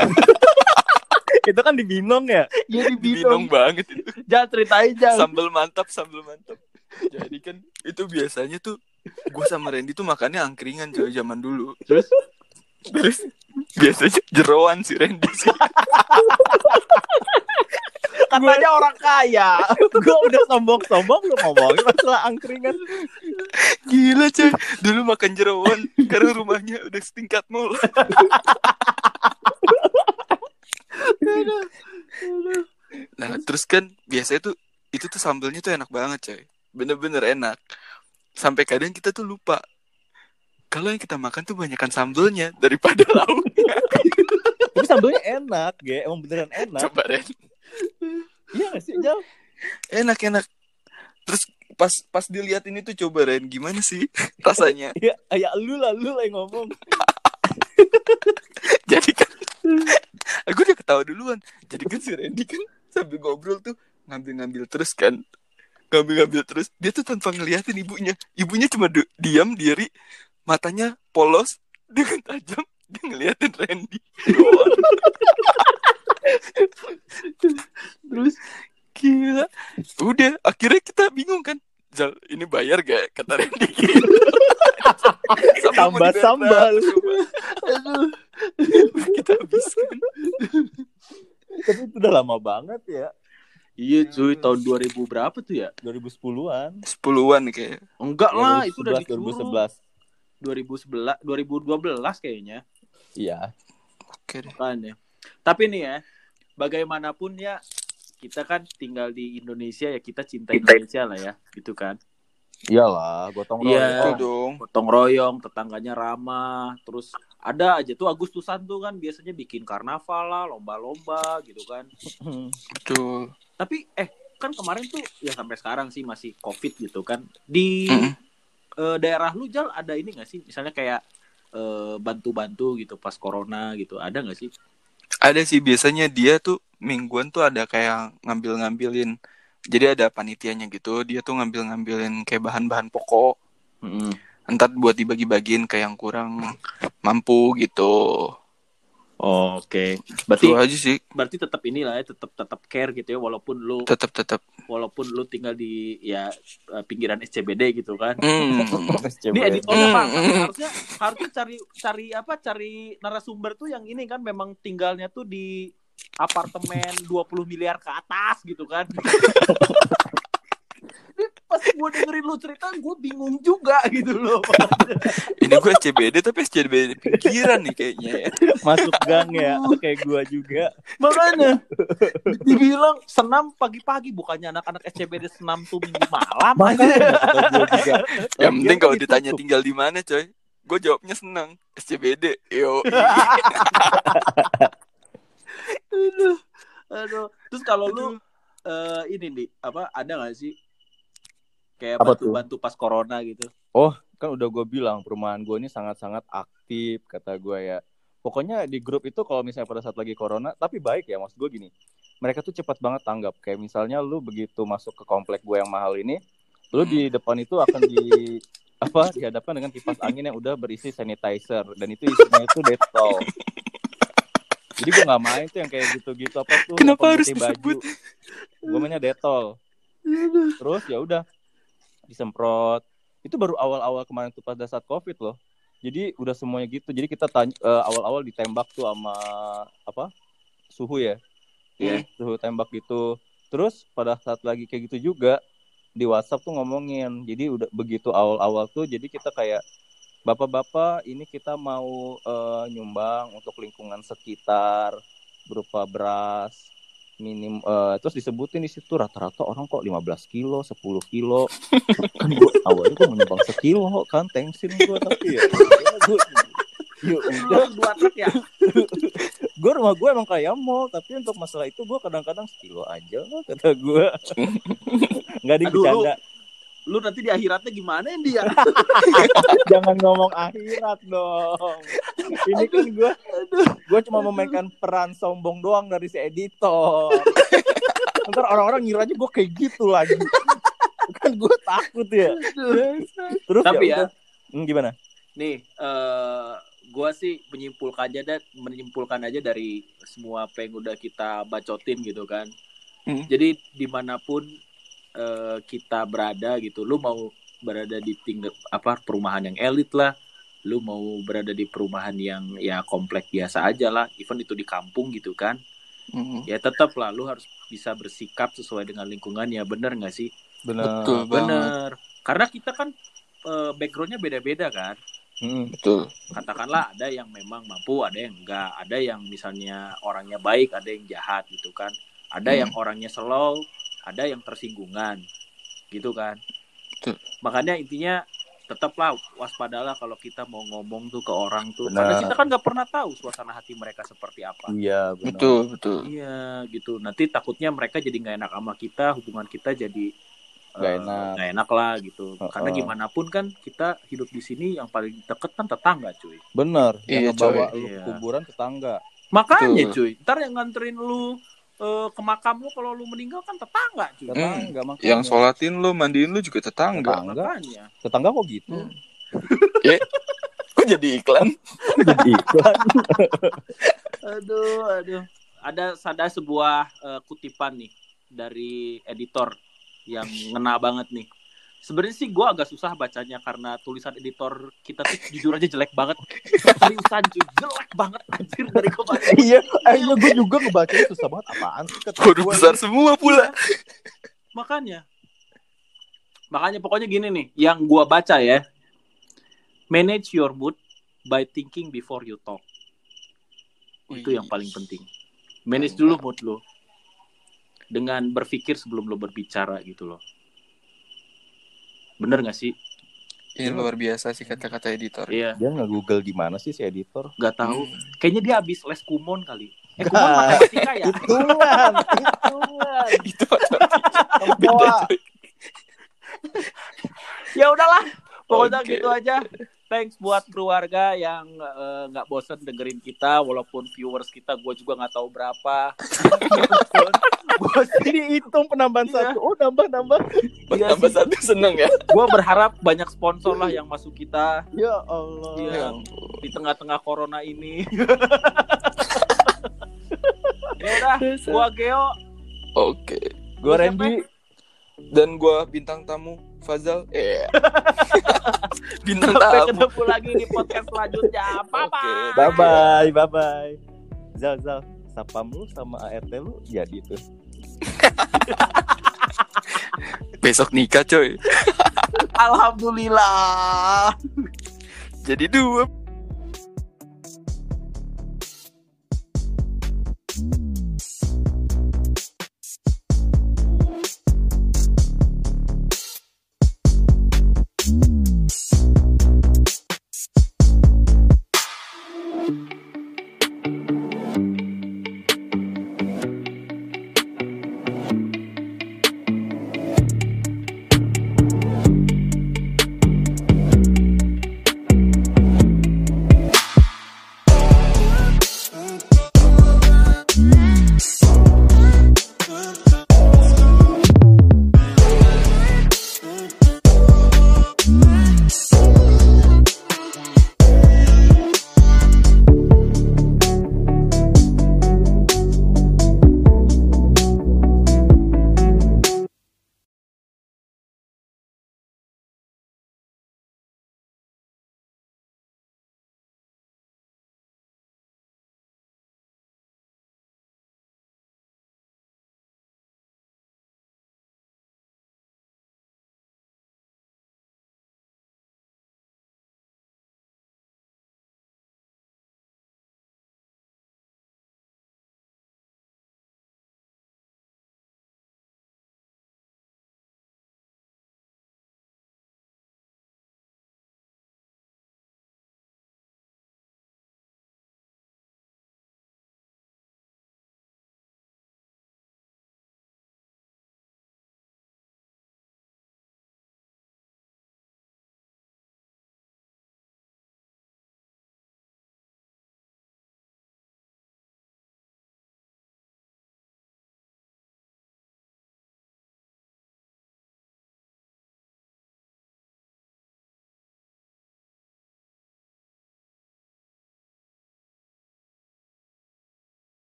itu kan di Binong ya. Iya di Binong Binong. banget itu. Jangan ceritain jangan. Sambal mantap, sambal mantap. Jadi kan itu biasanya tuh gue sama Randy tuh makannya angkringan coy zaman dulu. Terus Terus biasanya jeroan si Randy sih. katanya orang kaya. Gue udah sombong-sombong lu ngomongin masalah angkringan. Gila coy. Dulu makan jeroan karena rumahnya udah setingkat mall. Nah terus kan biasanya tuh itu tuh sambelnya tuh enak banget coy. Bener-bener enak. Sampai kadang kita tuh lupa kalau yang kita makan tuh banyakan sambelnya daripada lauknya. Tapi sambelnya enak, ge, emang beneran enak. Coba Ren. Iya nggak sih, Jal? Enak-enak. Terus pas pas diliatin itu coba Ren, gimana sih rasanya? Ya, ya lu lah, lu lah yang ngomong. Jadi kan aku udah ketawa duluan. Jadi kan si Randy kan sambil ngobrol tuh ngambil-ngambil terus kan. Ngambil-ngambil terus. Dia tuh tanpa ngeliatin ibunya. Ibunya cuma du- diam diri, matanya polos dengan tajam dia ngeliatin Randy. Terus gila. Udah, akhirnya kita bingung kan. Zal, ini bayar gak? Kata Randy gitu. Tambah sambal. Aduh. Kita habiskan. Tapi itu udah lama banget ya. Iya cuy, tahun dua ribu berapa tuh ya? dua ribu sepuluhan. Sepuluhan kayak. Enggak lah, itu udah dua ribu disuruh. sebelas. dua ribu sebelas, dua ribu dua belas kayaknya. Iya. Oke deh. Makanya. Tapi nih ya, bagaimanapun ya, kita kan tinggal di Indonesia ya, kita cinta Indonesia lah ya, gitu kan. Iyalah, gotong royong. Iya. Betul dong. Gotong royong, tetangganya ramah, terus ada aja tuh Agustusan tuh kan biasanya bikin karnaval lah, lomba-lomba gitu kan. Betul. Tapi eh kan kemarin tuh ya sampai sekarang sih masih COVID gitu kan. Di Mm-mm. eh, daerah lu Jal ada ini nggak sih? Misalnya kayak eh, bantu-bantu gitu pas corona gitu, ada nggak sih? Ada sih biasanya dia tuh mingguan tuh ada kayak ngambil-ngambilin. Jadi ada panitianya gitu, dia tuh ngambil-ngambilin kayak bahan-bahan pokok. Mm-mm. Entar buat dibagi-bagiin ke yang kurang mampu gitu. Oh, Oke, berarti Itu aja sih. berarti tetap inilah ya, tetap tetap care gitu ya, walaupun lu Tetap tetap. walaupun lu tinggal di ya eh, pinggiran S C B D gitu kan. Hmm. Ini editornya Pak, Mm. harusnya harusnya cari cari apa cari narasumber tuh yang ini kan memang tinggalnya tuh di apartemen dua puluh miliar ke atas gitu kan. Ini pas gue dengerin lu cerita gue bingung juga gitu loh. Ini gue S C B D tapi S C B D pinggiran nih kayaknya ya. Masuk gang ya, kayak gua juga. Makanya dibilang senam pagi-pagi, bukannya anak-anak S C B D senam tuh minggu malam. Makanya kata gua juga. Yang penting kalau Lagian ditanya ditutup. tinggal di mana coy, gue jawabnya senang. S C B D. Yo. Aduh, aduh. Terus kalau lu eh, ini nih apa ada nggak sih kayak Apa tuh? bantu-bantu pas corona gitu? Oh, kan udah gue bilang perumahan gue ini sangat-sangat aktif kata gue ya. Pokoknya di grup itu kalau misalnya pada saat lagi corona, tapi baik ya maksud gue gini. Mereka tuh cepat banget tanggap. Kayak misalnya lu begitu masuk ke komplek gue yang mahal ini, lu di depan itu akan di apa dihadapkan dengan kipas angin yang udah berisi sanitizer dan itu isinya itu Dettol. Jadi gue nggak main tuh yang kayak gitu-gitu apa tuh. Kenapa yang harus pemutih baju. Gue mainnya Dettol. Terus ya udah disemprot. Itu baru awal-awal kemarin tuh pada saat COVID loh. Jadi udah semuanya gitu. Jadi kita tanya, uh, awal-awal ditembak tuh sama apa suhu ya, Iya. suhu tembak gitu. Terus pada saat lagi kayak gitu juga di WhatsApp tuh ngomongin. Jadi udah begitu awal-awal tuh. Jadi kita kayak bapak-bapak ini kita mau uh, nyumbang untuk lingkungan sekitar berupa beras minim uh, terus disebutin di situ rata-rata orang kok lima belas kilo, sepuluh kilo. Kan gue awalnya gue menyumbang sekilo kan tensin gue tapi ya gue ya udah Dua truk ya. gue rumah gue emang kayak mall tapi untuk masalah itu gue kadang-kadang sekilo aja kata gue. Nggak dibicanda. Lu nanti di akhiratnya gimana dia? Jangan ngomong akhirat dong. Ini kan gue gue cuma memainkan peran sombong doang dari si editor. Ntar orang-orang ngiranya gue kayak gitu lagi. Kan gue takut ya. Terus Tapi ya, udah. Hmm, gimana? nih eh gua sih menyimpulkan aja dan menyimpulkan aja dari semua apa yang udah kita bacotin gitu kan. Hmm. Jadi dimanapun eh, kita berada gitu, lu mau berada di tingkat apa perumahan yang elit lah, lu mau berada di perumahan yang ya komplek biasa aja lah, even itu di kampung gitu kan, Hmm. ya tetap lah lu harus bisa bersikap sesuai dengan lingkungannya, bener nggak sih? Bener. Betul banget. Bener, karena kita kan eh, backgroundnya beda-beda kan. Hmm. Betul. Katakanlah ada yang memang mampu, ada yang enggak, ada yang misalnya orangnya baik, ada yang jahat gitu kan, ada Hmm. yang orangnya slow, ada yang tersinggungan gitu kan. Betul. Makanya intinya tetaplah waspadalah kalau kita mau ngomong tuh ke orang tuh, Benar. karena kita kan nggak pernah tahu suasana hati mereka seperti apa. Iya benar. Betul, betul. Iya gitu, nanti takutnya mereka jadi nggak enak sama kita, hubungan kita jadi Gak eh, enak. nggak enak lah gitu. Uh-uh. Karena gimana pun kan kita hidup di sini yang paling deket kan tetangga, cuy. Bener. Iya, Yang ngebawa coy. lu ke Iya. kuburan tetangga. Makanya Betul. cuy, ntar yang nganterin lu eh, ke makam lu kalau lu meninggal kan tetangga, cuy. Tetangga makanya. Yang sholatin lu, mandiin lu juga tetangga. Tetangga. Makanya. Tetangga kok gitu? Hmm. Eh, kok jadi iklan? Jadi iklan. Aduh, aduh. Ada ada sebuah eh, kutipan nih dari editor yang ngena banget nih. Sebenarnya sih gue agak susah bacanya karena tulisan editor kita tuh jujur aja jelek banget. Seriusan cuy, jelek banget anjir dari kemarin. Iya, akhirnya gue juga ngebacanya susah banget. Apaan sih kata Waduh, gua besar ini? semua pula. Makanya. Makanya pokoknya gini nih, yang gue baca ya. Manage your mood by thinking before you talk. Itu yang paling penting. Manage dulu mood lo. Dengan berpikir sebelum lo berbicara gitu loh. Bener gak sih? Ini luar biasa sih kata-kata editor. Iya, Dia nge-google gimana sih si editor? gak tahu. Hmm. Kayaknya dia habis les kumon kali. Eh, Gak. kumon matematika ya? Hitungan, hitungan. Itu matematika. Tempoa. Ya udahlah. Pokoknya Oke. gitu aja. Thanks buat keluarga yang eh, nggak bosen dengerin kita, walaupun viewers kita gue juga nggak tahu berapa. Bos dihitung penambahan Iya. satu. Oh, nambah-nambah. Iya Tambah sih. satu seneng ya. Gue berharap banyak sponsor lah yang masuk kita Ya Allah. Iya. Ya ampun. di tengah-tengah corona ini. Ya udah, gue Geo. Oke. Gue Randy. Dan gua bintang tamu Fazal. Eh. Bintang Sampai tamu. ketemu lagi di podcast selanjutnya. Bye Oke, bye. Bye bye, bye bye. Zal Zal, sapam lu sama A R T lu jadi tuh. Besok nikah coy. Alhamdulillah. Jadi dua.